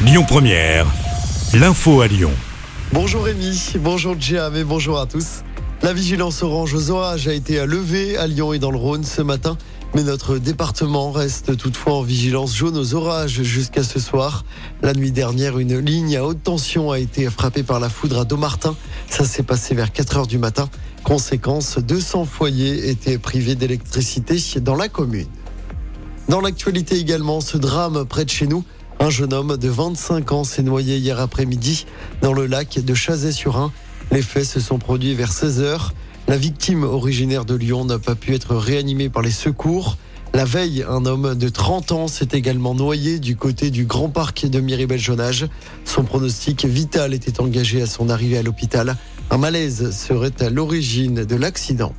Lyon Première, l'info à Lyon. Bonjour Rémi, bonjour Jam et bonjour à tous. La vigilance orange aux orages a été levée à Lyon et dans le Rhône ce matin. Mais notre département reste toutefois en vigilance jaune aux orages jusqu'à ce soir. La nuit dernière, une ligne à haute tension a été frappée par la foudre à Dommartin. Ça s'est passé vers 4h du matin. Conséquence, 200 foyers étaient privés d'électricité dans la commune. Dans l'actualité également, ce drame près de chez nous. Un jeune homme de 25 ans s'est noyé hier après-midi dans le lac de Chazay-sur-Ain. Les faits se sont produits vers 16h. La victime originaire de Lyon n'a pas pu être réanimée par les secours. La veille, un homme de 30 ans s'est également noyé du côté du Grand Parc de Miribel-Jonage. Son pronostic vital était engagé à son arrivée à l'hôpital. Un malaise serait à l'origine de l'accident.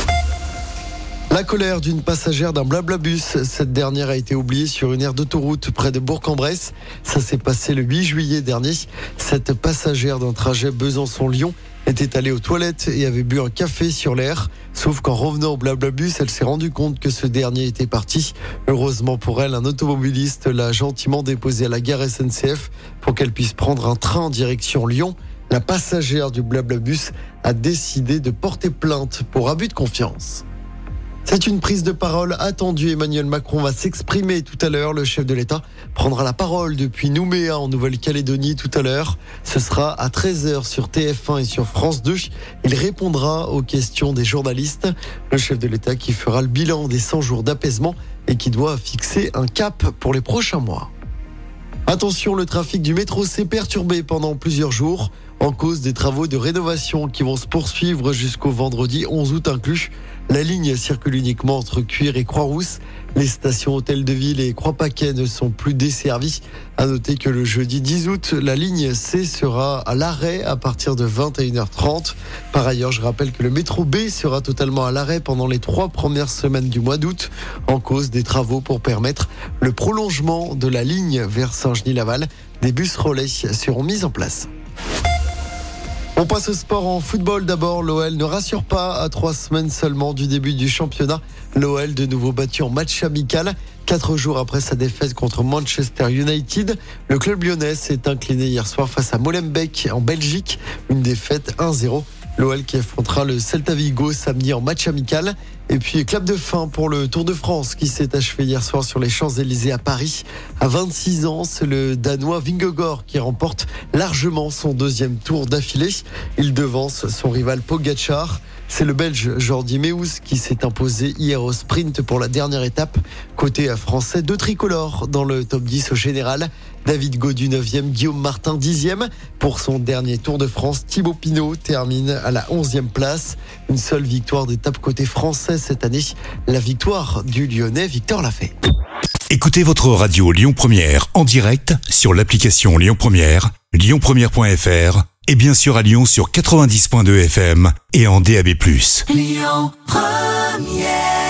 La colère d'une passagère d'un Blablabus. Cette dernière a été oubliée sur une aire d'autoroute près de Bourg-en-Bresse. Ça s'est passé le 8 juillet dernier. Cette passagère d'un trajet Besançon-Lyon était allée aux toilettes et avait bu un café sur l'air. Sauf qu'en revenant au Blablabus, elle s'est rendue compte que ce dernier était parti. Heureusement pour elle, un automobiliste l'a gentiment déposée à la gare SNCF pour qu'elle puisse prendre un train en direction Lyon. La passagère du Blablabus a décidé de porter plainte pour abus de confiance. C'est une prise de parole attendue. Emmanuel Macron va s'exprimer tout à l'heure. Le chef de l'État prendra la parole depuis Nouméa en Nouvelle-Calédonie tout à l'heure. Ce sera à 13h sur TF1 et sur France 2. Il répondra aux questions des journalistes. Le chef de l'État qui fera le bilan des 100 jours d'apaisement et qui doit fixer un cap pour les prochains mois. Attention, le trafic du métro s'est perturbé pendant plusieurs jours en cause des travaux de rénovation qui vont se poursuivre jusqu'au vendredi 11 août inclus. La ligne circule uniquement entre Cuire et Croix-Rousse. Les stations Hôtel de Ville et Croix-Paquet ne sont plus desservies. À noter que le jeudi 10 août, la ligne C sera à l'arrêt à partir de 21h30. Par ailleurs, je rappelle que le métro B sera totalement à l'arrêt pendant les 3 premières semaines du mois d'août en cause des travaux pour permettre le prolongement de la ligne vers Saint-Genis-Laval. Des bus relais seront mis en place. On passe au sport en football d'abord. L'OL ne rassure pas à 3 semaines seulement du début du championnat. L'OL de nouveau battu en match amical. 4 jours après sa défaite contre Manchester United, le club lyonnais s'est incliné hier soir face à Molenbeek en Belgique. Une défaite 1-0. L'OL qui affrontera le Celta Vigo samedi en match amical. Et puis clap de fin pour le Tour de France qui s'est achevé hier soir sur les Champs-Élysées à Paris. À 26 ans, c'est le Danois Vingegaard qui remporte largement son 2e tour d'affilée. Il devance son rival Pogačar. C'est le Belge Jordi Meeus qui s'est imposé hier au sprint pour la dernière étape. Côté français, 2 tricolores dans le top 10 au général. David Gaudu 9e, Guillaume Martin 10e. Pour son dernier Tour de France, Thibaut Pinot termine à la 11e place. Une seule victoire d'étape côté français cette année, la victoire du Lyonnais Victor Lafay. Écoutez votre radio Lyon Première en direct sur l'application Lyon Première, lyonpremière.fr et bien sûr à Lyon sur 90.2 FM et en DAB+. Lyon Première.